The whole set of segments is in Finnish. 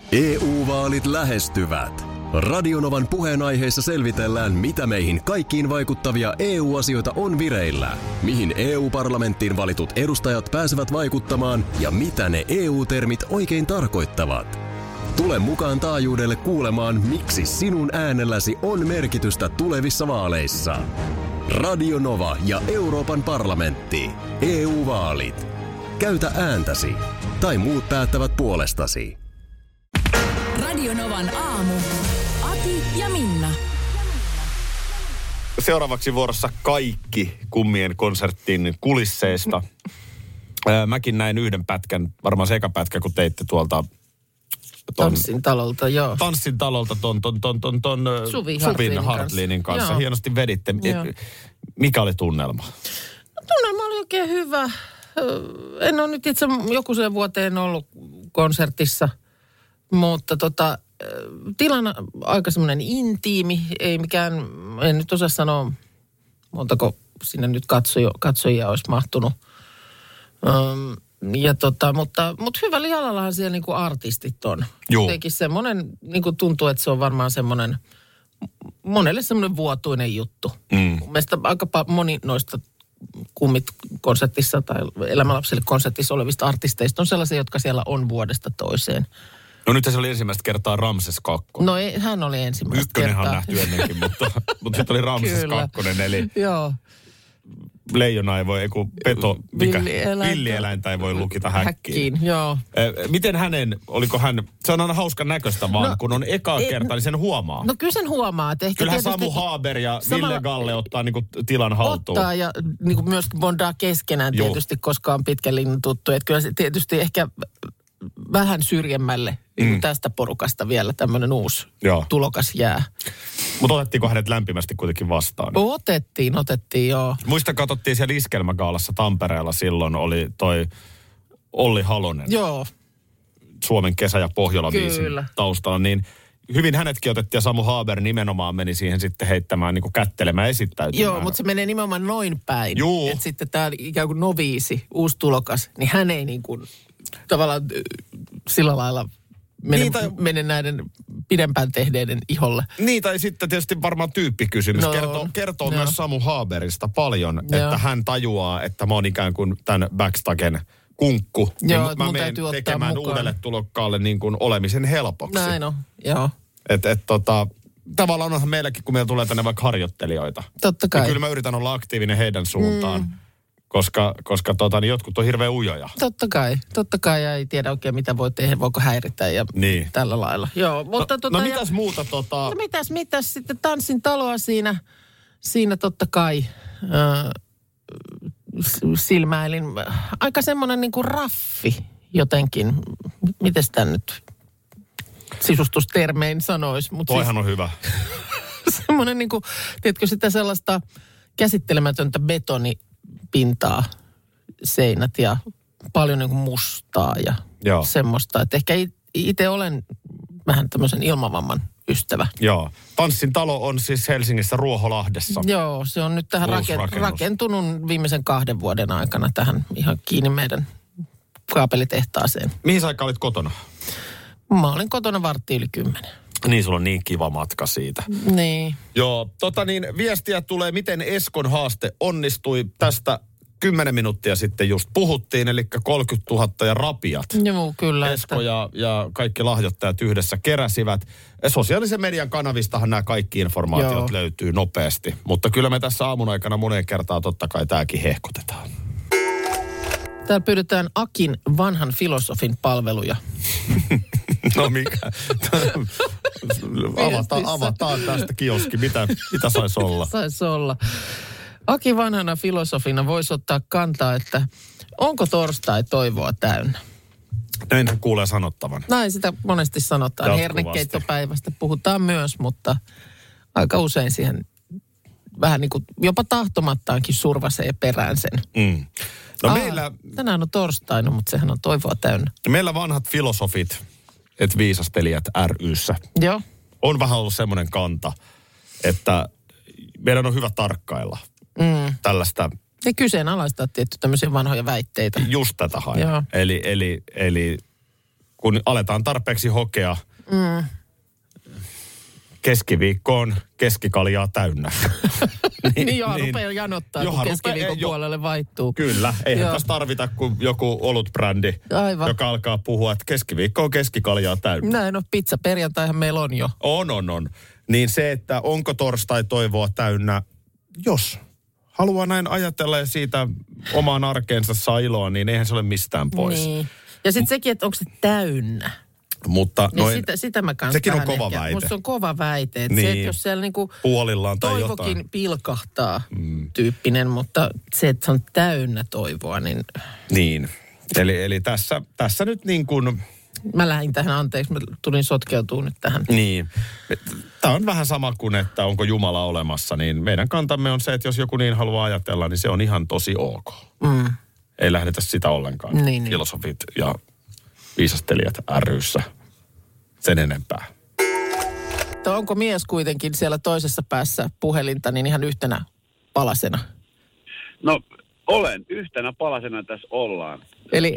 EU-vaalit lähestyvät. Radionovan puheenaiheessa selvitellään, mitä meihin kaikkiin vaikuttavia EU-asioita on vireillä, mihin EU-parlamenttiin valitut edustajat pääsevät vaikuttamaan ja mitä ne EU-termit oikein tarkoittavat. Tule mukaan taajuudelle kuulemaan, miksi sinun äänelläsi on merkitystä tulevissa vaaleissa. Radio Nova ja Euroopan parlamentti. EU-vaalit. Käytä ääntäsi. Tai muut päättävät puolestasi. Radio Novan aamu. Ati ja Minna. Seuraavaksi vuorossa kaikki Kummien konsertin kulisseista. Mäkin näin yhden pätkän, varmaan se eka pätkä, kun teitte tuolta Tanssin talolta, joo. Tanssin talolta ton Suvi Hartlinin kanssa. Joo. Hienosti veditte. Joo. Mikä oli tunnelma? Tunnelma oli oikein hyvä. En ole nyt itse joku sen vuoteen ollut konsertissa, mutta tilanne aika semmoinen intiimi, ei mikään, en nyt osaa sanoa montako sinne nyt katsojia olisi mahtunut. Mutta hyvällä jalallahan siellä niinku artistit on. Jotenkin semmoinen, niinku tuntuu, että se on varmaan semmoinen, monelle semmoinen vuotuinen juttu. Mun mielestä aika moni noista Kummit-konsertissa tai Elämänlapsille konsertissa olevista artisteista on sellaisia, jotka siellä on vuodesta toiseen. No nyt se oli ensimmäistä kertaa Ramses 2. No hän oli ensimmäistä kertaa. Ykkönenhän on nähty ennenkin, mutta sitten oli Ramses 2, eli joo. leijona ei voi, villieläintä ei voi lukita häkkiin. Joo. Miten oliko hän, se on aina hauskan näköistä vaan, kun on eka kerta, niin sen huomaa. No kyllä sen huomaa. Että ehkä kyllähän Samu Haber ja Ville Galle ottaa niinku tilan haltuun. Ottaa ja niinku myös bondaa keskenään tietysti, koska on pitkä linnun tuttu. Että kyllä se tietysti ehkä vähän syrjemmälle tästä porukasta vielä tämmöinen uusi tulokas jää. Mutta otettiinko hänet lämpimästi kuitenkin vastaan? Otettiin joo. Muista katsottiin siellä Iskelmägaalassa Tampereella silloin oli toi Olli Halonen. Joo. Suomen kesä- ja Pohjola-biisin taustalla, niin hyvin hänetkin otettiin ja Samu Haber nimenomaan meni siihen sitten heittämään niin kuin kättelemään esittäytymään. Joo, mutta se menee nimenomaan noin päin. Että sitten tämä ikään kuin noviisi, uusi tulokas, niin hän ei niin kuin tavallaan sillä lailla mene näiden pidempään tehneiden iholle. Niin, tai sitten tietysti varmaan tyyppikysymys. Kertoo myös Samu Haberista paljon, että hän tajuaa, että mä oon ikään kuin tämän backstagen kunkku. Joo, niin mä menen tekemään mukaan uudelle tulokkaalle niin kuin olemisen helpoksi. Näin on, joo. Tavallaan onhan meilläkin, kun meillä tulee tänne vaikka harjoittelijoita. Totta kai. Niin kyllä mä yritän olla aktiivinen heidän suuntaan. Koska niin jotkut on hirveän ujoja. Totta kai ja ei tiedä oikein mitä voi tehdä, voiko häiritä ja tällä lailla. Joo, mutta mitäs muuta No mitäs sitten Tanssin taloa siinä totta kai silmäilin. Aika semmoinen niinku raffi jotenkin, miten sitä nyt sisustustermein sanoisi. Toihan on hyvä. Semmoinen niinku, tiedätkö sitä sellaista käsittelemätöntä betonipintaa, seinät ja paljon niin kuin mustaa ja semmoista. Että ehkä itse olen vähän tämmöisen ilmavamman ystävä. Joo. Tanssin talo on siis Helsingissä Ruoholahdessa. Joo, se on nyt tähän rakentunut viimeisen 2 vuoden aikana tähän ihan kiinni meidän kaapelitehtaaseen. Mihin sä olit kotona? Mä olin kotona 10:15. Niin, sulla on niin kiva matka siitä. Niin. Joo, viestiä tulee, miten Eskon haaste onnistui. Tästä 10 minuuttia sitten just puhuttiin, eli 30 000 ja rapiat. Joo, kyllä. Esko ja kaikki lahjoittajat yhdessä keräsivät. Sosiaalisen median kanavistahan nämä kaikki informaatiot löytyy nopeasti. Mutta kyllä me tässä aamun aikana moneen kertaan totta kai tämäkin hehkutetaan. Täällä pyydetään Akin vanhan filosofin palveluja. No mikä? Avataan tästä kioski. Mitä saisi olla? Saisi olla. Aki vanhana filosofina voisi ottaa kantaa, että onko torstai toivoa täynnä? Näin kuulee sanottavan. Näin sitä monesti sanotaan. Hernekeittopäivästä puhutaan myös, mutta aika usein siihen vähän niin kuin jopa tahtomattaankin survasee perään sen. No tänään on torstaina, mutta sehän on toivoa täynnä. Meillä vanhat filosofit, et viisastelijat ry:ssä. Joo. On vähän ollut semmoinen kanta, että meidän on hyvä tarkkailla tällaista. Ja kyseenalaistaa tietty tämmöisiä vanhoja väitteitä. Just tätä hain. Eli kun aletaan tarpeeksi hokea, keskiviikkoon keskikaljaa täynnä. Niin, rupeaa janottaa, kun keskiviikon puolelle vaihtuu. Kyllä, eihän tässä tarvita kuin joku olutbrändi, joka alkaa puhua, että keskiviikko on keskikaljaa täynnä. Näin on, pizza perjantaihan meillä on jo. On. Niin se, että onko torstai toivoa täynnä, jos haluaa näin ajatella ja siitä omaan arkeensa saa iloa, niin eihän se ole mistään pois. Niin. Ja sitten sekin, että onko se täynnä. Mutta niin sitä mä kanssa sekin on kova väite. Musta on kova väite. Että se, että jos siellä niinku puolillaan tai toivokin jotain pilkahtaa tyyppinen, mutta se, että se on täynnä toivoa, niin... Niin. Eli tässä nyt niin kuin... Mä lähdin tähän, anteeksi, mä tulin sotkeutumaan nyt tähän. Niin. Tämä on vähän sama kuin, että onko Jumala olemassa, niin meidän kantamme on se, että jos joku niin haluaa ajatella, niin se on ihan tosi ok. Ei lähdetä sitä ollenkaan. Niin. Filosofit ja viisastelijat ry:ssä sen enempää. Onko mies kuitenkin siellä toisessa päässä puhelinta niin ihan yhtenä palasena? No, olen. Yhtenä palasena tässä ollaan. Eli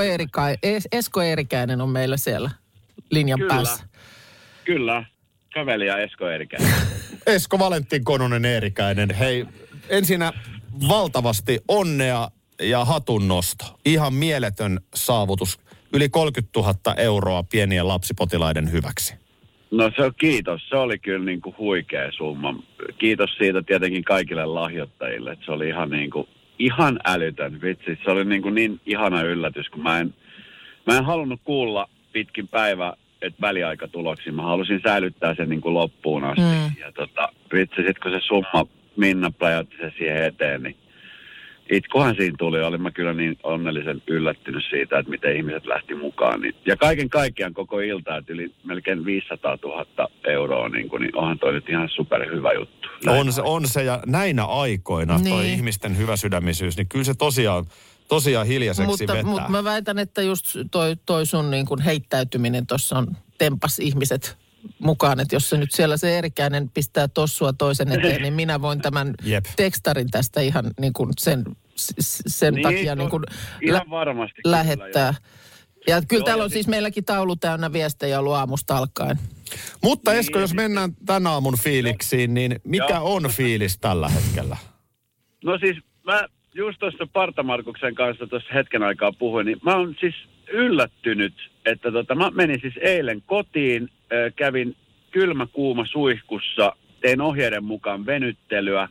Esko Eerikäinen on meillä siellä linjan päässä. Kyllä. Kävelijä Esko Eerikäinen. Esko Valentin Kononen Eerikäinen. Hei, ensinnä valtavasti onnea ja hatunnosto. Ihan mieletön saavutus. Yli 30 000 euroa pienien lapsipotilaiden hyväksi. No se on kiitos. Se oli kyllä niin kuin huikea summa. Kiitos siitä tietenkin kaikille lahjoittajille. Se oli ihan älytön vitsi. Se oli niin ihana yllätys, kun mä en halunnut kuulla pitkin päivää, että väliaikatuloksia. Mä halusin säilyttää sen niin kuin loppuun asti. Ja vitsi, sit kun se summa Minna pläjätti se siihen eteen, niin itkuhan siinä tuli. Olin mä kyllä niin onnellisen yllättynyt siitä, että miten ihmiset lähti mukaan. Niin. Ja kaiken kaikkiaan koko ilta, että yli melkein 500 000 euroa, niin onhan toi nyt ihan superhyvä juttu. On se, ja näinä aikoina toi ihmisten hyväsydämisyys, niin kyllä se tosiaan hiljaiseksi vetää. Mutta mä väitän, että just toi sun niin kuin heittäytyminen tuossa on tempas ihmiset mukaan, että jos se nyt siellä se Eerikäinen pistää tossua toisen eteen, niin minä voin tämän tekstarin tästä ihan niin kuin sen niin, takia niin kuin ihan varmasti lähettää. Ja kyllä täällä on siis meilläkin taulu täynnä viestejä ollut aamusta alkaen. Mutta Esko, jos mennään tän aamun fiiliksiin, niin mikä on fiilis tällä hetkellä? No siis mä just tuossa Parta-Markuksen kanssa tuossa hetken aikaa puhuin, niin mä oon siis yllättynyt, että mä menin siis eilen kotiin, kävin kylmä-kuuma suihkussa, tein ohjeiden mukaan venyttelyä,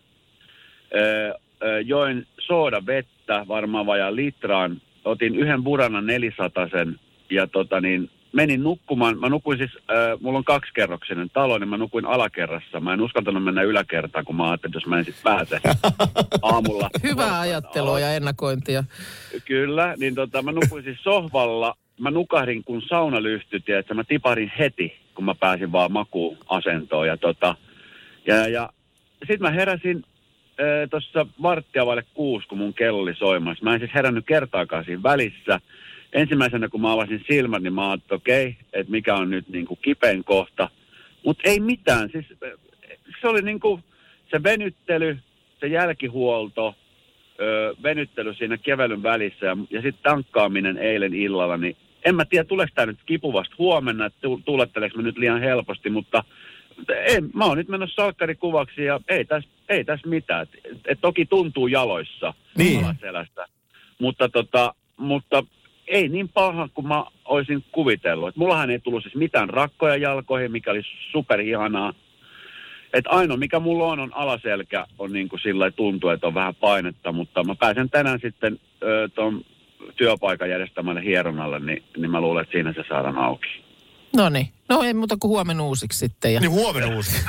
join soodavettä varmaan vajaan litraan, otin yhden Buranan 400 ja menin nukkumaan. Mä nukuin siis, mulla on 2-kerroksinen talo, niin mä nukuin alakerrassa. Mä en uskaltanut mennä yläkertaan, kun mä ajattelin, jos mä en sit pääse aamulla. Hyvää ajattelua ja ennakointia. Kyllä, niin mä nukuin siis sohvalla. Mä nukahdin kun sauna lyhtytti, että mä tipahdin heti, kun mä pääsin vaan makuuasentoon. Ja sit mä heräsin tuossa 5:15, kun mun kello oli soimassa. Mä en siis herännyt kertaakaan siinä välissä. Ensimmäisenä, kun mä avasin silmät, niin mä ajattelin, okei, että mikä on nyt niin kuin kipein kohta. Mutta ei mitään. Siis, se oli niin kuin se venyttely, se jälkihuolto, venyttely siinä kävelyn välissä ja sitten tankkaaminen eilen illalla. Niin en mä tiedä, tuleeko tämä nyt kipuvasti huomenna, että tuuletteleeko mä nyt liian helposti, mutta mä oon nyt menossa salkkarikuvaksi ja ei tässä mitään. Et toki tuntuu jaloissa alaselästä, mutta ei niin paha kuin mä olisin kuvitellut. Et mullahan ei tullut siis mitään rakkoja jalkoihin, mikä oli superihanaa. Että ainoa mikä mulla on alaselkä, on niin kuin sillä tuntuu, että on vähän painetta, mutta mä pääsen tänään sitten tuon työpaikan järjestämälle hieronnalle, niin mä luulen, että siinä se saadaan auki. Noniin. No ei muuta kuin huomenna uusiksi sitten. Ja... Niin huomenna uusiksi.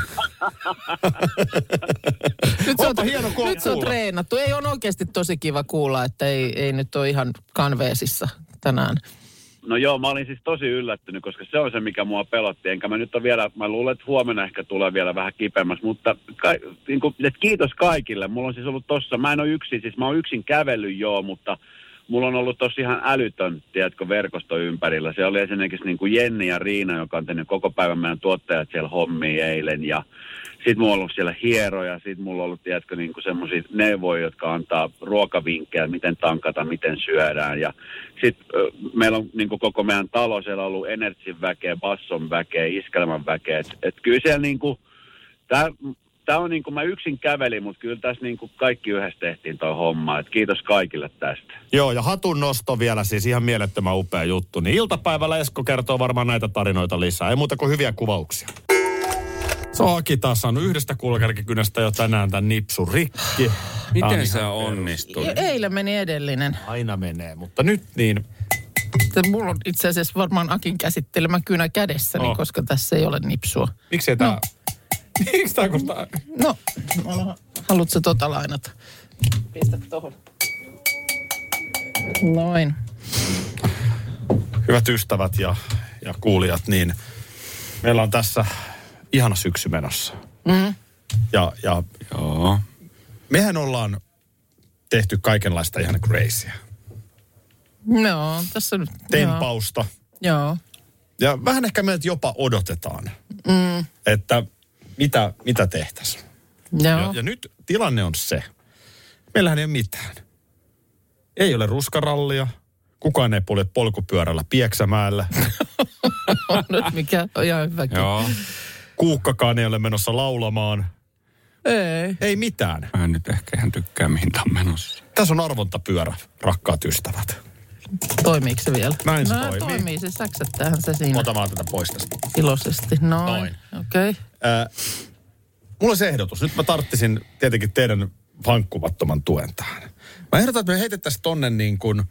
Nyt se on treenattu. Ei on oikeasti tosi kiva kuulla, että ei nyt ole ihan kanveesissa tänään. No joo, mä olin siis tosi yllättynyt, koska se on se, mikä mua pelotti. Enkä mä nyt ole vielä, mä luulen, että huomenna ehkä tulee vielä vähän kipeämmässä, mutta kiitos kaikille. Mulla on siis ollut tossa, mä en ole yksin, siis mä oon yksin kävellyt joo, mutta mulla on ollut tossa ihan älytön, tiedätkö, verkosto ympärillä. Se oli esimerkiksi niin kuin Jenni ja Riina, joka on tehnyt koko päivän meidän tuottajat siellä hommia eilen. Ja sit mulla on ollut siellä hieroja, sit mulla on ollut, tiedätkö, niin kuin semmosia neuvoja, jotka antaa ruokavinkkejä, miten tankata, miten syödään. Ja sit meillä on niin kuin koko meidän talo, siellä on ollut Energyn väkeä, Basson väkeä, Iskelmän väkeä. Et kyllä siellä niin kuin, Tämä on niin kuin mä yksin kävelin, mutta kyllä tässä niin kuin kaikki yhdessä tehtiin toi homma. Et kiitos kaikille tästä. Joo, ja hatun nosto vielä siis ihan mielettömän upea juttu. Niin iltapäivällä Esko kertoo varmaan näitä tarinoita lisää. Ei muuta kuin hyviä kuvauksia. Se on Aki taas saanut yhdestä kulkärkikynästä jo tänään tämän nipsun rikki. Miten se onnistui? Eilen meni edellinen. Aina menee, mutta nyt niin... Mulla on itse asiassa varmaan Akin käsittelemä kynä kädessäni, koska tässä ei ole nipsua. Miksi tämä... Miksi tämä kostaa? No, haluatko lainata? Pistä tohon. Noin. Hyvät ystävät ja kuulijat, niin meillä on tässä ihana syksy menossa. Mm. Ja joo. Mehän ollaan tehty kaikenlaista ihan crazyä. No, tässä nyt. Tempausta. Joo. Ja vähän ehkä meiltä jopa odotetaan, että mitä tehtäisiin. Joo. Ja nyt tilanne on se. Meillähän ei ole mitään. Ei ole ruskarallia. Kukaan ei polje polkupyörällä Pieksämäellä. Nyt mikä on ihan hyväkin. Joo. Kuukkakaan ei ole menossa laulamaan. Ei mitään. Mä en nyt ehkä ihan tykkää mihin tää on menossa. Tässä on arvontapyörä, rakkaat ystävät. Toimiiko se vielä? Näin se toimii. Se säksättäähän se siinä. Ota vaan tätä pois tästä. Iloisesti. Noin. Okei. Okay. Mulla on se ehdotus. Nyt mä tarttisin tietenkin teidän vankkumattoman tuen tähän. Mä ehdotan, että me heitettäisiin tonne niin kuin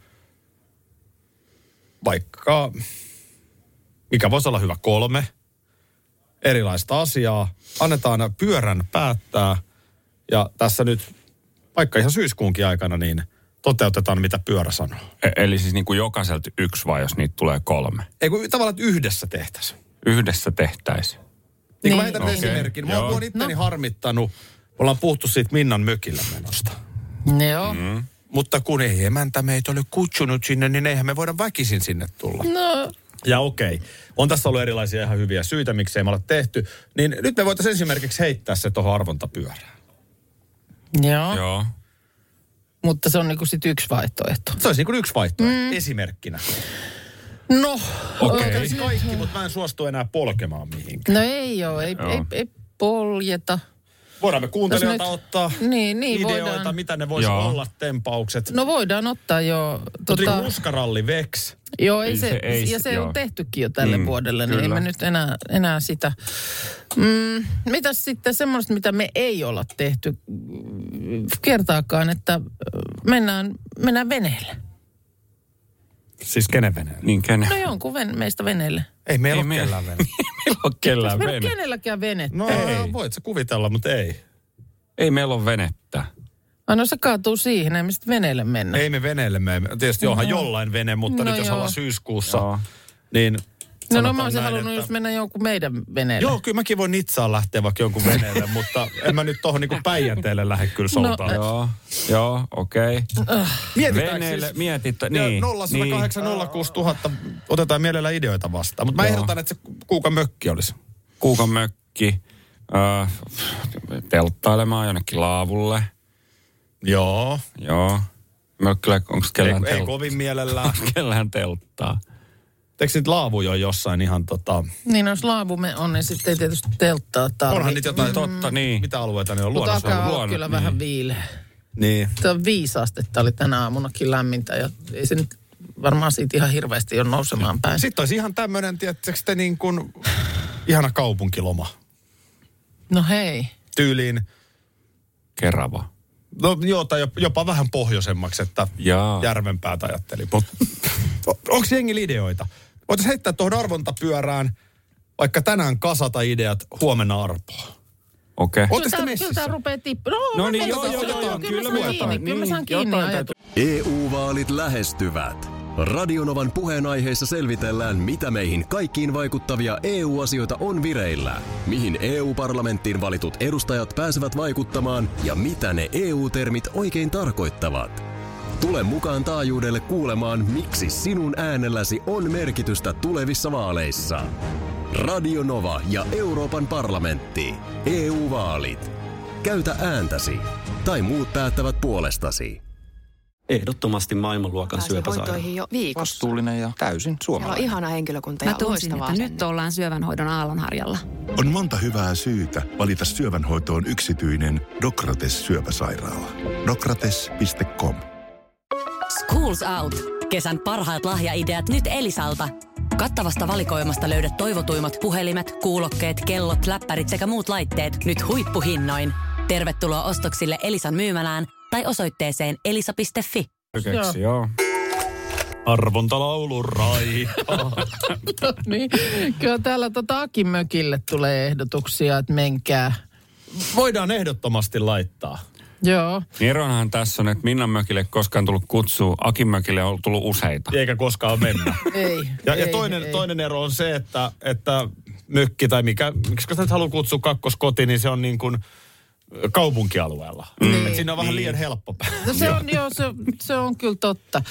vaikka, mikä voisi olla hyvä 3 erilaista asiaa. Annetaan pyörän päättää ja tässä nyt vaikka ihan syyskuunkin aikana niin toteutetaan mitä pyörä sanoo. Eli siis niin kuin jokaiselta 1 vai jos niitä tulee 3? Ei kun tavallaan, että yhdessä tehtäisiin. Yhdessä tehtäisiin. Niin mä heitän esimerkin. Mä oon itteni harmittanut. Ollaan puhuttu siitä Minnan mökillä menosta. Joo. Mutta kun ei emäntä meitä ole kutsunut sinne, niin eihän me voida väkisin sinne tulla. No. Ja okei. On tässä ollut erilaisia ihan hyviä syitä, miksei me olla tehty. Niin nyt me voitaisiin esimerkiksi heittää se tuohon arvontapyörään. Joo. Mutta se on niinku sit yksi vaihtoehto. Se olisi niinku yksi vaihtoehto, esimerkkinä. No. Okei. Kaikki, mutta mä en suostu enää polkemaan mihinkään. No ei oo, ei poljeta. Voidaan me kuuntelijoilta ottaa ideoita, voidaan. mitä ne voisi olla, tempaukset. No voidaan ottaa jo. Mutta ruskaralli Vex. Joo, se on tehtykin jo tälle vuodelle, niin ei me nyt enää sitä. Mitäs sitten semmoista, mitä me ei olla tehty kertaakaan, että mennään veneelle. Siis kenen veneelle? Niin kenen? No jonkun meistä veneelle. Ei meillä ole kellään vene. Meillä ole kellään vene. Meillä on kenelläkään venettä. No ei. Voit sä kuvitella, mutta ei. Ei meillä ole venettä. No se kaatuu siihen, ei me sitten veneelle mennä. Ei me veneelle mene. Tietysti onhan jollain vene, mutta nyt jos ollaan syyskuussa, niin... No mä olisin halunnut just mennä jonkun meidän veneelle. Joo, kyllä mäkin voin Nitsaan lähteä vaikka jonkun veneelle, mutta en mä nyt tohon niinku Päijänteelle lähde kyllä soutaan. Joo, okei. Veneelle, niin. 0806000 otetaan mielellä ideoita vastaan. Mutta mä ehdotan, että se kuukan mökki olisi. Kuukan mökki, telttailemaan jonnekin laavulle. Joo. Mökkilä, onko kellään telttaa? Ei kovin mielellään. Kellään telttaa. Eikö nyt laavuja jossain ihan Niin, jos laavumme on, niin sitten ei tietysti telttaa tarvitse. Onhan niitä jotain, totta, niin. Mitä alueita ne on? Mutta alkaa olla kyllä vähän viileä. Niin. Tämä 5 astetta oli tänä aamunakin lämmintä ja ei se nyt varmaan siitä ihan hirveästi ole nousemaan päin. Sitten olisi ihan tämmöinen, tietysti te niin kuin ihana kaupunkiloma. No hei. Tyyliin. Kerava. No joo, tai jopa vähän pohjoisemmaksi, että järvenpäät ajattelin. Onko jengillä ideoita? Voitaisiin heittää tuohon arvontapyörään vaikka tänään kasata ideat, huomenna arpoa. Okei. Ootteko te messissä? Kyllä tämä rupeaa tippaamaan. No niin, joo, Kyllä mä saan kiinni ajatus. EU-vaalit lähestyvät. Radionovan puheenaiheessa selvitellään, mitä meihin kaikkiin vaikuttavia EU-asioita on vireillä, mihin EU-parlamenttiin valitut edustajat pääsevät vaikuttamaan ja mitä ne EU-termit oikein tarkoittavat. Tule mukaan taajuudelle kuulemaan, miksi sinun äänelläsi on merkitystä tulevissa vaaleissa. Radio Nova ja Euroopan parlamentti. EU-vaalit. Käytä ääntäsi. Tai muut päättävät puolestasi. Ehdottomasti maailmanluokan syöpäsairaala. Hoitoihin jo viikossa. Vastuullinen ja täysin suomalainen. Siellä on ihana henkilökunta ja loistavaa että nyt ollaan syövänhoidon aallonharjalla. On monta hyvää syytä valita syövänhoitoon yksityinen Docrates syöpäsairaala. Docrates.com. Schools Out. Kesän parhaat lahjaideat nyt Elisalta. Kattavasta valikoimasta löydät toivotuimmat puhelimet, kuulokkeet, kellot, läppärit sekä muut laitteet nyt huippuhinnoin. Tervetuloa ostoksille Elisan myymälään tai osoitteeseen elisa.fi. Joo. Arvontalaulu niin, kyllä täällä Akin mökille tulee ehdotuksia, että menkää. Voidaan ehdottomasti laittaa. Joo. Eronahan tässä on, että Minnan mökille koskaan tullut kutsua, Akin mökille on tullut useita. Eikä koskaan mennä. Ei. Ja toinen ero on se, että mökki tai miksi sitä nyt haluaa kutsua kakkoskoti, niin se on niin kuin kaupunkialueella. Että siinä on vähän liian helppo. No se on kyllä totta.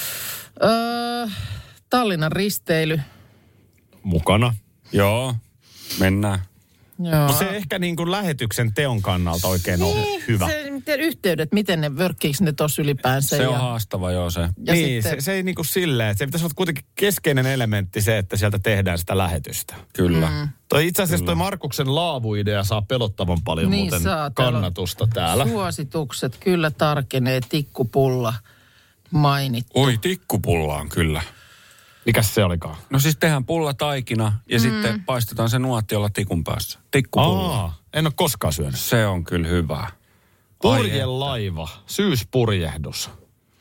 Tallinnan risteily. Mukana. Joo, mennään. Joo. No se ehkä niin kuin lähetyksen teon kannalta oikein on hyvä. Yhteydet, miten ne vörkkiikö ne tossa ylipäänsä? Se on haastava, joo se. Ja niin, sitten se ei niin kuin silleen, että se pitäisi olla kuitenkin keskeinen elementti se, että sieltä tehdään sitä lähetystä. Kyllä. Itse asiassa toi Markuksen laavuidea saa pelottavan paljon niin muuten saa, kannatusta täällä. Suositukset kyllä tarkenee, tikkupulla mainittu. Oi, tikkupullaan kyllä. Mikäs se olikaan? No siis tehdään pullataikina ja sitten paistetaan se nuottiolla tikun päässä. Tikkupulla. En ole koskaan syönyt. Se on kyllä hyvä. Purjelaiva, syyspurjehdus.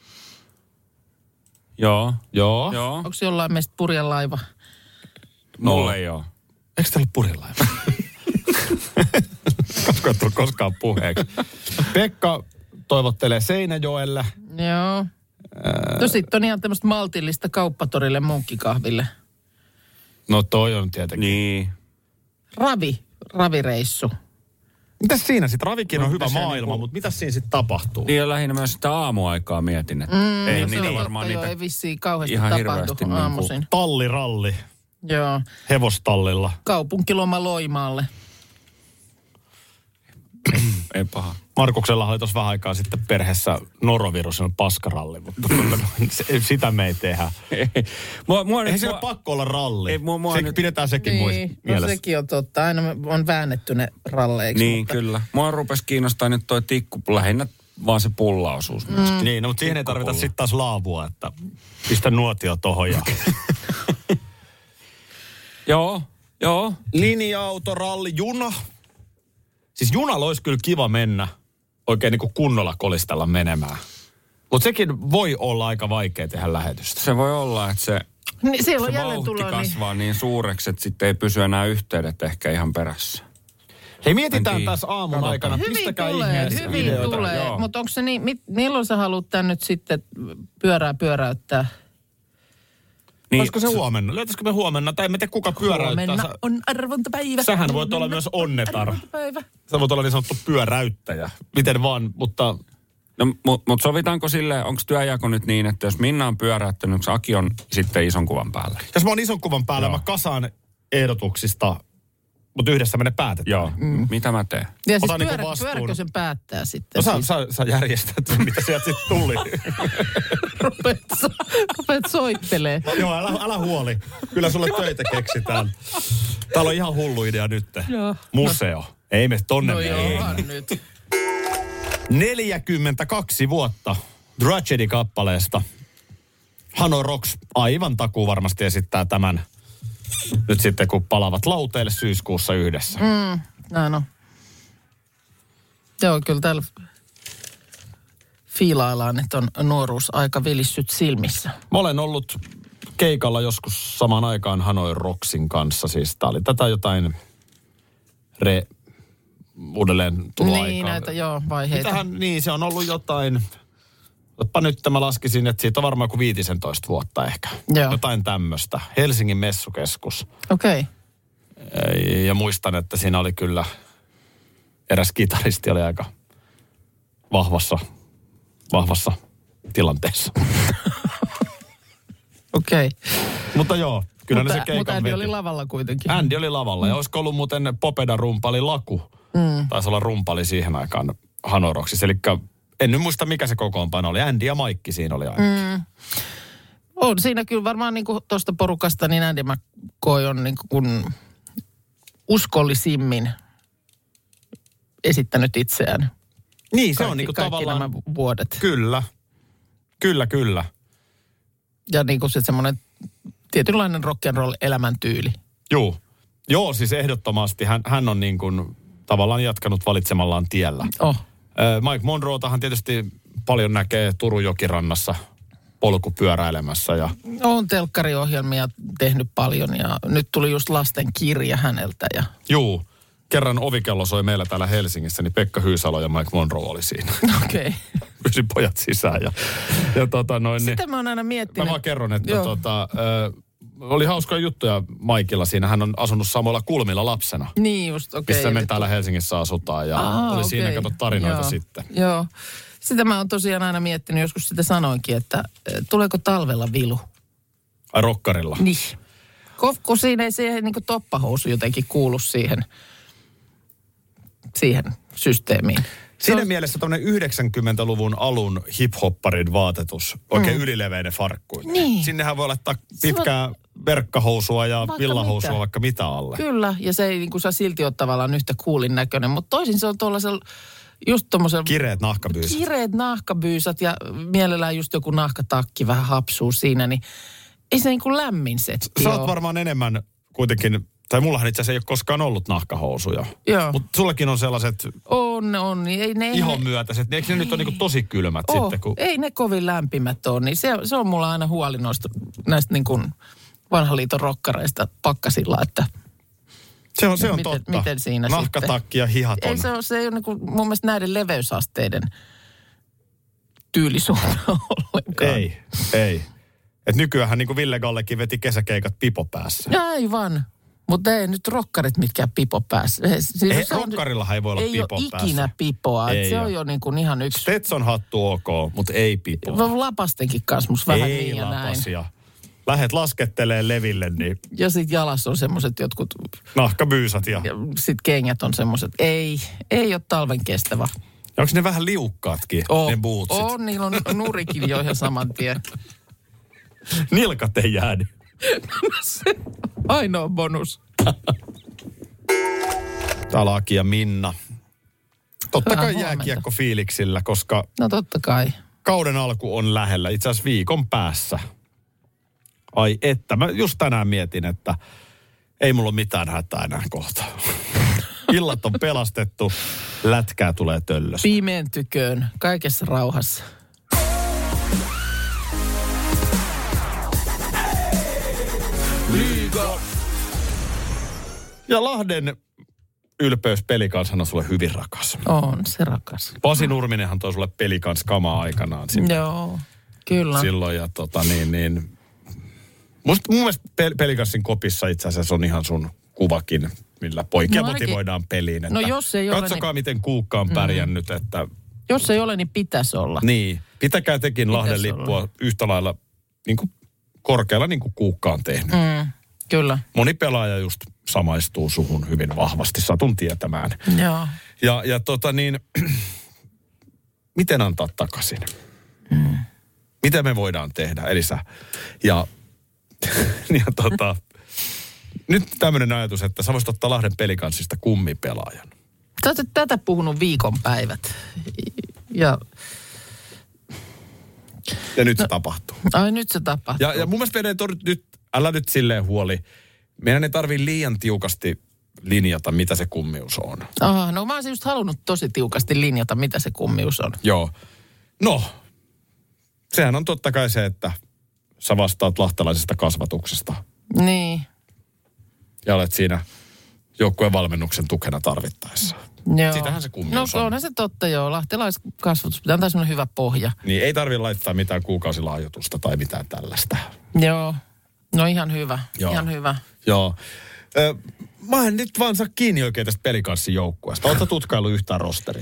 Joo. Onko jollain meistä purjelaiva? Mulla ei ole. Eikö täällä ole purjelaiva? Koska ei tullut koskaan puheeksi. Pekka toivottelee Seinäjoelle. Joo. No sitten on ihan tämmöistä maltillista kauppatorille munkkikahville. No toi on tietenkin. Niin. Ravireissu. Mitäs siinä sitten? Ravikin on hyvä maailma, mutta mitäs siinä sitten tapahtuu? Niin ja lähinnä myös sitä aamuaikaa mietin, että ei niitä varmaan niitä ei vissiin kauheasti ihan tapahdu hirveästi aamuisin. Talliralli. Joo. Hevostallilla. Kaupunkiloma Loimaalle. Ei paha. Markuksella oli tuossa vähän aikaa sitten perheessä norovirus, on paskaralli, mutta sitä me ei tehdä. Ei siellä pakko olla ralli. Pidetään sekin mielessä. No sekin on totta. Aina on väännetty ne ralleiksi. Niin, kyllä. Mua rupesi kiinnostaa nyt toi tikku, lähinnä vaan se pullaosuus. Niin, no, mutta siihen ei tarvita sitten taas laavua, että pistä nuotio tohon ja... Joo. Linja-auto, ralli, juna. Siis junalla olisi kyllä kiva mennä oikein niin kuin kunnolla kolistella menemään. Mutta sekin voi olla aika vaikea tehdä lähetystä. Se voi olla, että se vauhti kasvaa niin suureksi, että sitten ei pysy enää yhteydet ehkä ihan perässä. Hei, mietitään tässä aamun aikana. Pistäkää ihmeessä hyvin videoita. tulee. Mutta onko se niin, milloin sä haluat tän nyt sitten pyöräyttää? Niin, olisiko se huomenna? Löytäisikö me huomenna? Tai emme tiedä kuka pyöräyttää. Huomenna on arvontapäivä. Sähän voit olla myös onnetar. Sä voit olla niin sanottu pyöräyttäjä. Miten vaan, mutta... No, mutta sovitaanko silleen, onko työjako nyt niin, että jos Minna on pyöräyttänyt, Aki on sitten ison kuvan päällä? Jos mä oon ison kuvan päällä, mä kasaan ehdotuksista, mutta yhdessä me ne päätetään. Joo, mitä mä teen? Ja siis pyöräkö sen päättää sitten? No sä järjestät, mitä sieltä sitten tuli. Rupeat soittelee. Joo, älä huoli. Kyllä sulle töitä keksitään. Täällä on ihan hullu idea nyt. Joo. Museo. Ei me tonne nyt. 42 vuotta Tragedy-kappaleesta. Hanoi Rocks aivan takuu varmasti esittää tämän nyt sitten, kun palavat lauteille syyskuussa yhdessä. Näin on. Joo, kyllä täällä fiilaillaan, että on nuoruusaika vilissyt silmissä. Mä olen ollut keikalla joskus samaan aikaan Hanoi Rocksin kanssa. Siis tää oli tätä jotain uudelleen tuloaikaa. Niin, näitä vaiheita. Niin, se on ollut jotain... Nyt mä laskisin, että siitä on varmaan joku 15 vuotta ehkä. Joo. Jotain tämmöistä. Helsingin messukeskus. Okei. Ja muistan, että siinä oli kyllä eräs kitaristi oli aika vahvassa tilanteessa. Okei. Mutta joo, kyllä ne se keikan Mutta Andy veti. oli lavalla kuitenkin. Andy oli lavalla. Ja olisiko ollut muuten Popedan rumpali Laku. Taisi olla rumpali siihen aikaan Hanoroksissa. Eli en nyt muista mikä se kokoonpano oli. Andy ja Maikki siinä oli ainakin. On siinä kyllä varmaan niin kuin tuosta porukasta, niin Andy McCoy on niin kuin uskollisimmin esittänyt itseään. Niin, se on niin kuin tavallaan... nämä vuodet. Kyllä. Kyllä. Ja niin kuin se semmoinen tietynlainen rock'n'roll elämäntyyli. Joo, siis ehdottomasti. Hän on niin kuin tavallaan jatkanut valitsemallaan tiellä. Mike Monroetahan tietysti paljon näkee Turun jokirannassa polkupyöräilemässä. On telkkariohjelmia tehnyt paljon ja nyt tuli just lasten kirja häneltä. Juu, kerran ovikello soi meillä täällä Helsingissä, niin Pekka Hyysalo ja Mike Monroe oli siinä. Okei. Pyysin pojat sisään Sitä mä oon aina miettinyt. Mä vaan kerron, että oli hauskoja juttuja Maikilla siinä. Hän on asunut samoilla kulmilla lapsena. Niin just, okei. Missä me täällä Helsingissä asutaan ja oli siinä kato tarinoita sitten. Joo. Sitä mä oon tosiaan aina miettinyt, joskus sitä sanoinkin, että tuleeko talvella vilu? Ai rokkarilla? Niin. Kun siinä ei siihen niin kuin toppahousu jotenkin kuulu siihen systeemiin. Siinä mielessä tämmöinen 90-luvun alun hip-hopparin vaatetus, oikein ylileveinen farkku. Niin. Sinnehän voi laittaa pitkää verkkahousua ja villahousua vaikka mitä alle. Kyllä, ja se ei niin kuin saa silti ole tavallaan yhtä coolin näköinen, mutta toisin se on tuollaisella just tommosella... Kireet nahkabyysät. Kireet nahkabyysät ja mielellään just joku nahkatakki vähän hapsuu siinä, niin ei se niin kuin lämmin setti. Sä oot varmaan enemmän kuitenkin... Tai mullahan itse asiassa ei ole koskaan ollut nahkahousuja. Joo. Mutta sullakin on sellaiset... On. Ei ne, ihon myötäiset. Eikö ne nyt ole niinku tosi kylmät sitten? Kun... Ei ne kovin lämpimät ole. Niin se on mulla aina huoli näistä niin kuin vanhan liiton rokkareista pakkasilla, että... Se on totta. Miten siinä nahkatakki ja hihat on. Se ei ole niin kuin mun mielestä näiden leveysasteiden tyylisuunta ollenkaan. Ei. Et nykyäänhän niin kuin Ville Gallekin veti kesäkeikat pipo päässä. Aivan. Mutta ei nyt rokkarit mitkään pipo päässä. Rokkarillahan ei voi olla pipo päässä. Ei ole ikinä pipoa. Se on jo niin kuin ihan yksi... Stetson hattu ok, mutta ei pipoa. Lapastenkin kanssa musta vähän niin ja näin. Ei lapasia. Lähet laskettelee leville, niin... Ja sit jalassa on semmoiset jotkut... Nahkabyysät ja sit kengät on semmoiset. Ei ole talven kestävä. Onko ne vähän liukkaatkin, ne bootsit? On, niillä on nurikin jo ihan saman tien. Nilkat ei jäädy. Se ainoa bonus. Täällä Aki ja Minna. Totta kai jääkiekko fiiliksillä, koska... No totta kai. Kauden alku on lähellä, itse asiassa viikon päässä. Ai että, mä just tänään mietin, että ei mulla ole mitään hätää enää kohta. Illat on pelastettu, lätkää tulee töllöstä. Pimentyköön, kaikessa rauhassa. Liiga. Ja Lahden ylpeys Pelikanshan on sulle hyvin rakas. On se rakas. Pasi Nurminenhan toi sulle Pelikans kamaa aikanaan. Joo, kyllä. Silloin ja mun mielestä Pelikansin kopissa itse asiassa on ihan sun kuvakin, millä poikia motivoidaan peliin. Että jos ei ole, katsokaa, miten Kuukka on pärjännyt, että... Jos ei ole, niin pitäisi olla. Niin. Pitäkää tekin Lahden lippua yhtä lailla niin kuin korkealla niin kuin Kuukka on tehnyt. Kyllä. Moni pelaaja just samaistuu suhun hyvin vahvasti, satun tietämään. Joo. Ja miten antaa takaisin? Mitä me voidaan tehdä, Elisa? Nyt tämmöinen ajatus, että sä voisit ottaa Lahden Pelikansista kummipelaajan. Sä oot tätä puhunut viikonpäivät. Ja nyt se tapahtuu. Ai nyt se tapahtuu. Ja mun mielestä meidän nyt, älä nyt silleen huoli. Meidän ei tarvii liian tiukasti linjata, mitä se kummius on. No mä olisin just halunnut tosi tiukasti linjata, mitä se kummius on. Joo. No, sehän on totta kai se, että sä vastaat lahtelaisesta kasvatuksesta. Niin. Ja olet siinä joukkueen valmennuksen tukena tarvittaessa. Joo. Sitähän se kummius on. No onhan se totta, joo. Lahtelaiskasvatus pitää antaa semmoinen hyvä pohja. Niin ei tarvitse laittaa mitään kuukausilahjoitusta tai mitään tällaista. Joo. No ihan hyvä. Joo. Ihan hyvä. Joo. Mä en nyt vaan saa kiinni oikein tästä Pelikanssin joukkueesta. Oletko tutkailu yhtään rosteria?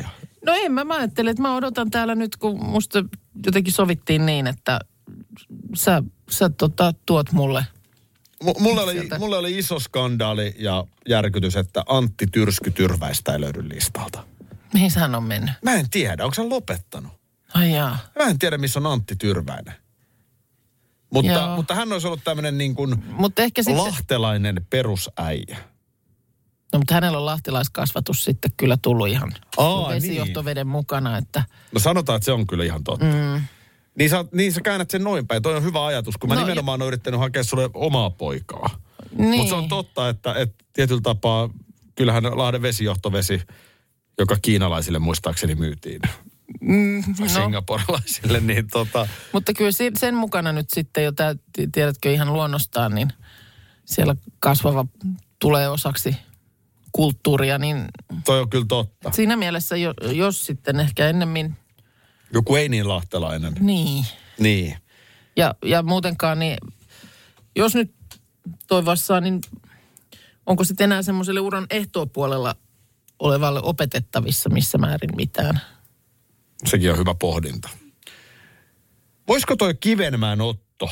No en mä ajattelen, että mä odotan täällä nyt, kun musta jotenkin sovittiin niin, että sä tuot mulle. Mulle oli iso skandaali ja järkytys, että Antti Tyrsky-Tyrväistä ei löydy listalta. Mihin hän on mennyt? Mä en tiedä, onko hän lopettanut? Ai jaa. Mä en tiedä, missä on Antti Tyrväinen. Mutta hän olisi ollut tämmöinen niin kuin lahtelainen perusäijä. No, mutta hänellä on lahtelaiskasvatus sitten kyllä tullut ihan vesijohtoveden mukana, että... No sanotaan, että se on kyllä ihan totta. Niin sä käännät sen noin päin. Toi on hyvä ajatus, kun mä nimenomaan olen yrittänyt hakea sulle omaa poikaa. Niin. Mutta se on totta, että tietyllä tapaa kyllähän Lahden vesijohtovesi, joka kiinalaisille muistaakseni myytiin. Singaporelaisille, niin Mutta kyllä sen mukana nyt sitten jo, tiedätkö ihan luonnostaan, niin siellä kasvava tulee osaksi kulttuuria, niin... Toi on kyllä totta. Siinä mielessä, jos sitten ehkä ennemmin... Joku ei niin lahtelainen. Niin. Ja muutenkaan, niin jos nyt toivossaan, niin onko sitten enää semmoiselle uran ehtoopuolella olevalle opetettavissa missä määrin mitään? Sekin on hyvä pohdinta. Voisiko toi Kivenmäen Otto,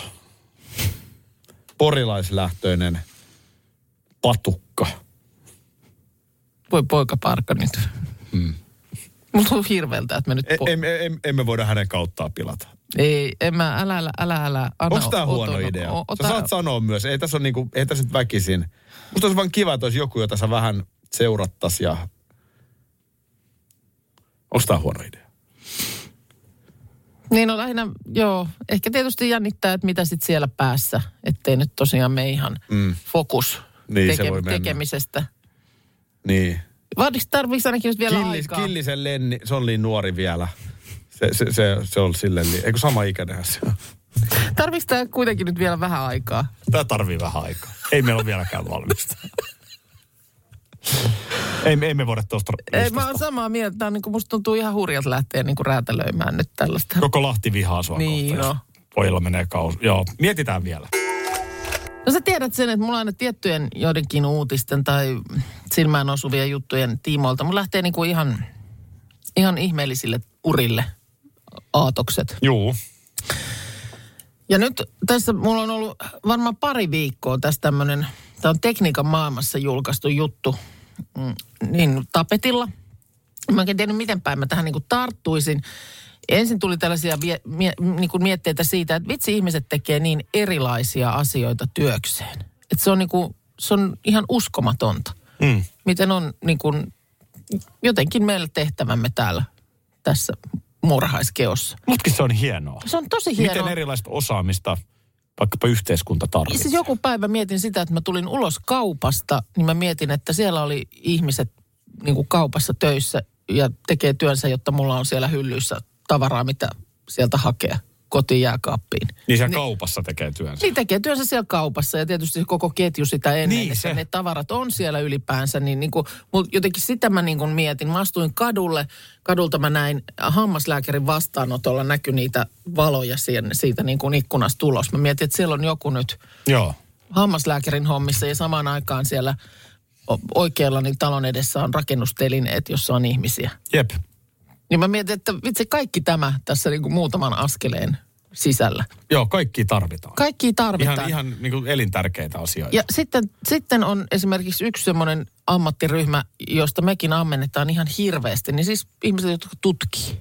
porilaislähtöinen patukka? Voi poikaparka nyt. Mulla on hirveältä, että me nyt... Emme voida hänen kauttaan pilata. Ei, älä. Onko tää huono idea? Sä saat sanoa myös, ei tässä nyt väkisin. Musta olisi vaan kiva, että olisi joku, jota sä vähän seurattaisi ja... Onko tää huono idea? Niin no lähinnä, joo. Ehkä tietysti jännittää, että mitä sitten siellä päässä. Ettei nyt tosiaan me ihan fokus tekemisestä. Niin. Tarviiko ainakin nyt vielä aikaa? Killisen Lenni, se on liian nuori vielä. Se on silleen, eikö sama ikäinen se on? Tarviiko tämä kuitenkin nyt vielä vähän aikaa? Tämä tarvii vähän aikaa. Ei meillä ole vieläkään valmista. Ei me voida tuosta listasta. Ei, mä oon samaa mieltä. Tämä on, niin kuin, musta tuntuu ihan hurjat lähteä niin kuin räätälöimään nyt tällaista. Koko Lahti vihaa sua niin, kohta, pojilla menee kausi. Joo, mietitään vielä. No sä tiedät sen, että mulla on aina tiettyjen joidenkin uutisten tai silmään osuvien juttujen tiimoilta. Mulla lähtee niin kuin ihan ihmeellisille urille aatokset. Juu. Ja nyt tässä mulla on ollut varmaan pari viikkoa tässä tämmöinen, tämä on Tekniikan maailmassa julkaistu juttu niin tapetilla. Mä en tiedä miten päin mä tähän niin kuin tarttuisin. Ensin tuli tällaisia niin kuin mietteitä siitä, että vitsi ihmiset tekee niin erilaisia asioita työkseen. Että se on ihan uskomatonta. Miten on niin kuin jotenkin meillä tehtävämme täällä tässä murhaiskeossa. Mutkin se on hienoa. Se on tosi hienoa. Miten erilaista osaamista vaikkapa yhteiskunta tarvitsee. Siis joku päivä mietin sitä, että mä tulin ulos kaupasta, niin mä mietin, että siellä oli ihmiset niin kuin kaupassa töissä ja tekee työnsä, jotta mulla on siellä hyllyissä tavaraa, mitä sieltä hakea kotiin jääkaappiin. Niin siellä kaupassa tekee työnsä. Niin tekee työnsä siellä kaupassa ja tietysti koko ketju sitä ennen, niin että ne tavarat on siellä ylipäänsä. Niin kuin, jotenkin sitä mä niin kuin mietin. Mä astuin kadulta mä näin hammaslääkärin vastaanotolla näkyi niitä valoja siitä niin kuin ikkunasta ulos. Mä mietin, että siellä on joku nyt hammaslääkärin hommissa ja samaan aikaan siellä oikealla niin talon edessä on rakennustelineet, jossa on ihmisiä. Jep. Niin mä mietin, että vitsi kaikki tämä tässä niin kuin muutaman askeleen sisällä. Joo, kaikki tarvitaan. Kaikki tarvitaan. Ihan niin kuin elintärkeitä asioita. Ja sitten on esimerkiksi yksi semmoinen ammattiryhmä, josta mekin ammennetaan ihan hirveästi. Niin siis ihmiset, jotka tutkii.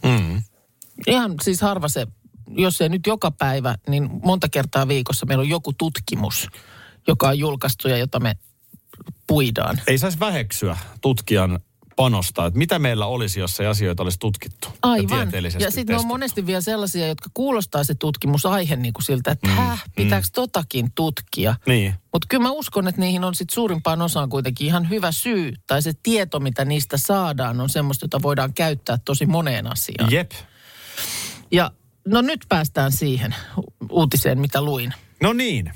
Ihan siis harva se, jos ei nyt joka päivä, niin monta kertaa viikossa meillä on joku tutkimus, joka on julkaistu ja jota me puidaan. Ei saisi väheksyä tutkijan panosta, että mitä meillä olisi, jos ei asioita olisi tutkittu. Aivan. Ja sitten on monesti vielä sellaisia, jotka kuulostaa se tutkimusaihe niin kuin siltä, että pitääkö totakin tutkia. Niin. Mutta kyllä mä uskon, että niihin on sitten suurimpaan osaan kuitenkin ihan hyvä syy. Tai se tieto, mitä niistä saadaan, on semmoista, jota voidaan käyttää tosi moneen asiaan. Jep. Ja no nyt päästään siihen uutiseen, mitä luin. No niin.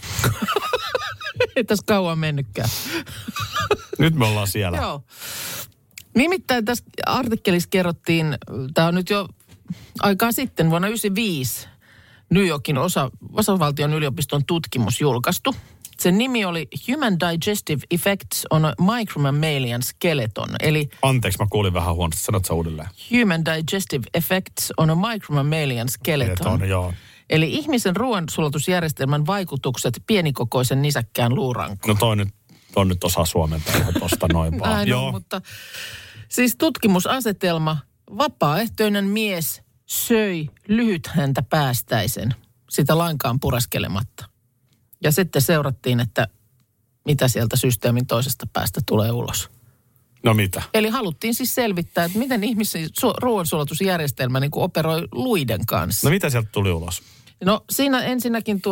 Ei tässä kauan mennytkään. Nyt me ollaan siellä. Joo. Nimittäin tässä artikkelissa kerrottiin, tämä on nyt jo aikaa sitten, vuonna 1995, New Yorkin osavaltion yliopiston tutkimus julkaistu. Sen nimi oli Human Digestive Effects on a Micromammalian Skeleton. Eli anteeksi, mä kuulin vähän huonosti. Sanot sä uudelleen. Human Digestive Effects on a Micromammalian Skeleton. Joo. Eli ihmisen ruoansulatusjärjestelmän vaikutukset pienikokoisen nisäkkään luurankoon. No toi nyt osaa suomentaa ihan tosta noin vaan. Näin on, mutta siis tutkimusasetelma. Vapaaehtoinen mies söi lyhythäntä päästäisen, sitä lainkaan pureskelematta. Ja sitten seurattiin, että mitä sieltä systeemin toisesta päästä tulee ulos. No mitä? Eli haluttiin siis selvittää, että miten ihmisen ruoansulatusjärjestelmä niin kuin operoi luiden kanssa. No mitä sieltä tuli ulos? No siinä ensinnäkin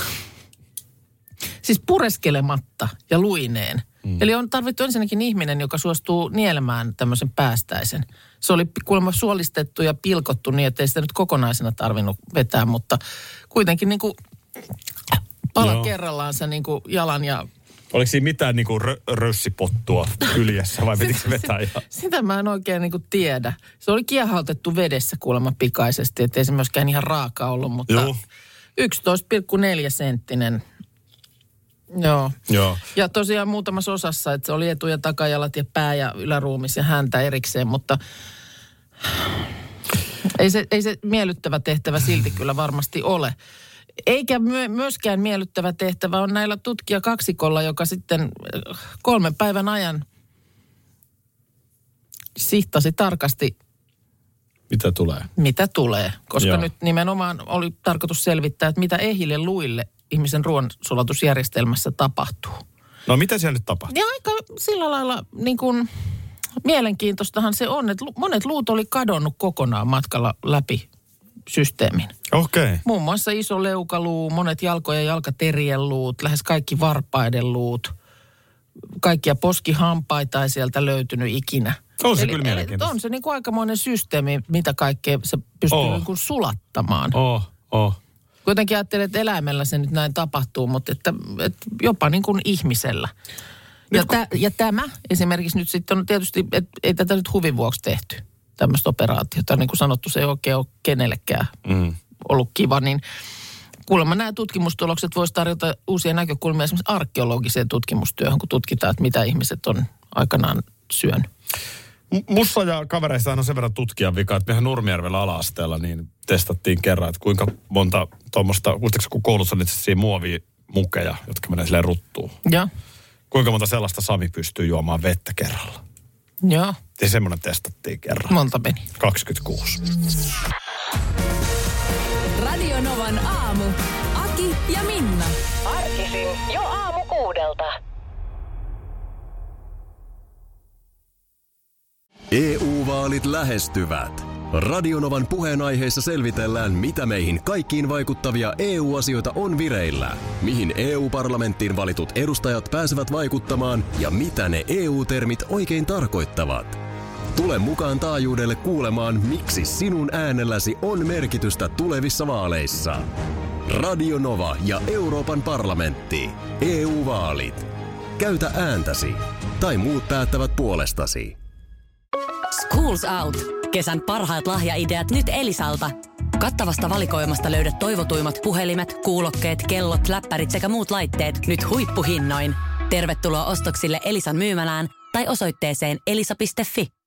siis pureskelematta ja luineen. Eli on tarvittu ensinnäkin ihminen, joka suostuu nielemään tämmöisen päästäisen. Se oli kuulemma suolistettu ja pilkottu niin, ettei sitä nyt kokonaisena tarvinnut vetää, mutta kuitenkin niin kuin pala kerrallaan se niin kuin jalan ja... Oliko siinä mitään niin kuin rössipottua kyljessä vai pitikö vetää ihan? Sitä mä en oikein niin kuin tiedä. Se oli kiehautettu vedessä kuulemma pikaisesti, ettei se myöskään ihan raaka ollut, mutta 11,4 senttinen. Joo. Ja tosiaan muutamassa osassa, että se oli etu- ja takajalat ja pää ja yläruumis ja häntä erikseen, mutta ei se miellyttävä tehtävä silti kyllä varmasti ole. Eikä myöskään miellyttävä tehtävä on näillä tutkijakaksikolla, joka sitten 3 päivän ajan sihtasi tarkasti. Mitä tulee, koska nyt nimenomaan oli tarkoitus selvittää, että mitä ehjille luille ihmisen ruoansulatusjärjestelmässä tapahtuu. No mitä siellä nyt tapahtuu? Ja aika sillä lailla niin kuin mielenkiintoistahan se on, että monet luut oli kadonnut kokonaan matkalla läpi systeemin. Okei. Muun muassa iso leukaluu, monet jalko- ja jalkaterien luut, lähes kaikki varpaiden luut. Kaikkia poskihampaita ei sieltä löytynyt ikinä. On se kyllä mielenkiintoista. On se niin kuin aikamoinen systeemi, mitä kaikkea se pystyy niin kuin sulattamaan. Kuitenkin ajattelin, että eläimellä se nyt näin tapahtuu, mutta että jopa niin kuin ihmisellä. Ja tämä esimerkiksi nyt sitten on tietysti, että ei tätä nyt huvin vuoksi tehty, tämmöistä operaatiota. Niin kuin sanottu, se ei oikein ole kenellekään ollut kiva, niin kuulemma nämä tutkimustulokset voisi tarjota uusia näkökulmia esimerkiksi arkeologiseen tutkimustyöhön, kun tutkitaan, että mitä ihmiset on aikanaan syönyt. Mussa ja kavereissahan on sen verran tutkijan vika, että mehän Nurmijärvellä ala-asteella niin testattiin kerran, että kuinka monta tuommoista, muistatko kun koulussa on itse muovimukeja, jotka menee silleen ruttuun. Joo. Kuinka monta sellaista Sami pystyy juomaan vettä kerralla? Joo. Ja semmoinen testattiin kerran. Monta meni? 26. Radio Novan aamu. Aki ja Minna. Arkisin jo aamu 6:00. EU-vaalit lähestyvät. Radio Novan puheenaiheessa selvitellään, mitä meihin kaikkiin vaikuttavia EU-asioita on vireillä, mihin EU-parlamenttiin valitut edustajat pääsevät vaikuttamaan ja mitä ne EU-termit oikein tarkoittavat. Tule mukaan taajuudelle kuulemaan, miksi sinun äänelläsi on merkitystä tulevissa vaaleissa. Radio Nova ja Euroopan parlamentti. EU-vaalit. Käytä ääntäsi. Tai muut päättävät puolestasi. Schools Out. Kesän parhaat lahjaideat nyt Elisalta. Kattavasta valikoimasta löydät toivotuimmat puhelimet, kuulokkeet, kellot, läppärit sekä muut laitteet nyt huippuhinnoin. Tervetuloa ostoksille Elisan myymälään tai osoitteeseen elisa.fi.